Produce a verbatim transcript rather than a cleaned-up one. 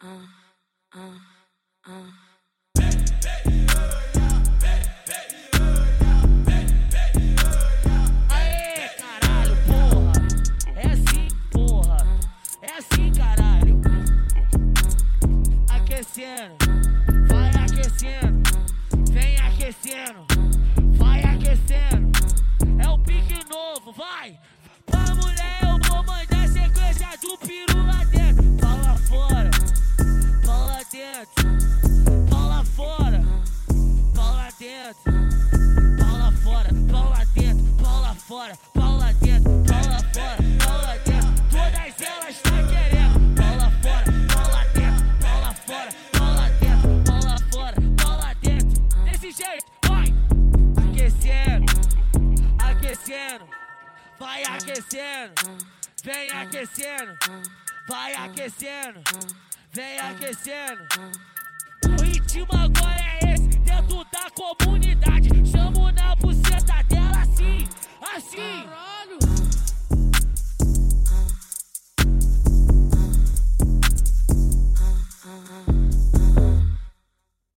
Aê, caralho, porra. É assim, porra. É assim, caralho. Aquecendo, vai aquecendo, vem aquecendo, vai aquecendo. É o pique novo, vai. Pra mulher eu vou mandar sequência do peru lá dentro. Pau lá fora, pau lá dentro, pau lá fora, pau lá dentro, pau lá fora, pau lá dentro, pau lá fora, pau lá dentro, pau lá fora, pau lá dentro. Todas elas tá querendo. Pau lá fora, pau lá dentro, pau lá fora, pau lá dentro, pau lá fora, pau lá dentro. Desse jeito, vai aquecendo, aquecendo. Vai aquecendo, vem aquecendo, vai aquecendo, vem aquecendo. O ritmo agora é esse, dentro da comunidade. Chamo na buceta dela assim, assim.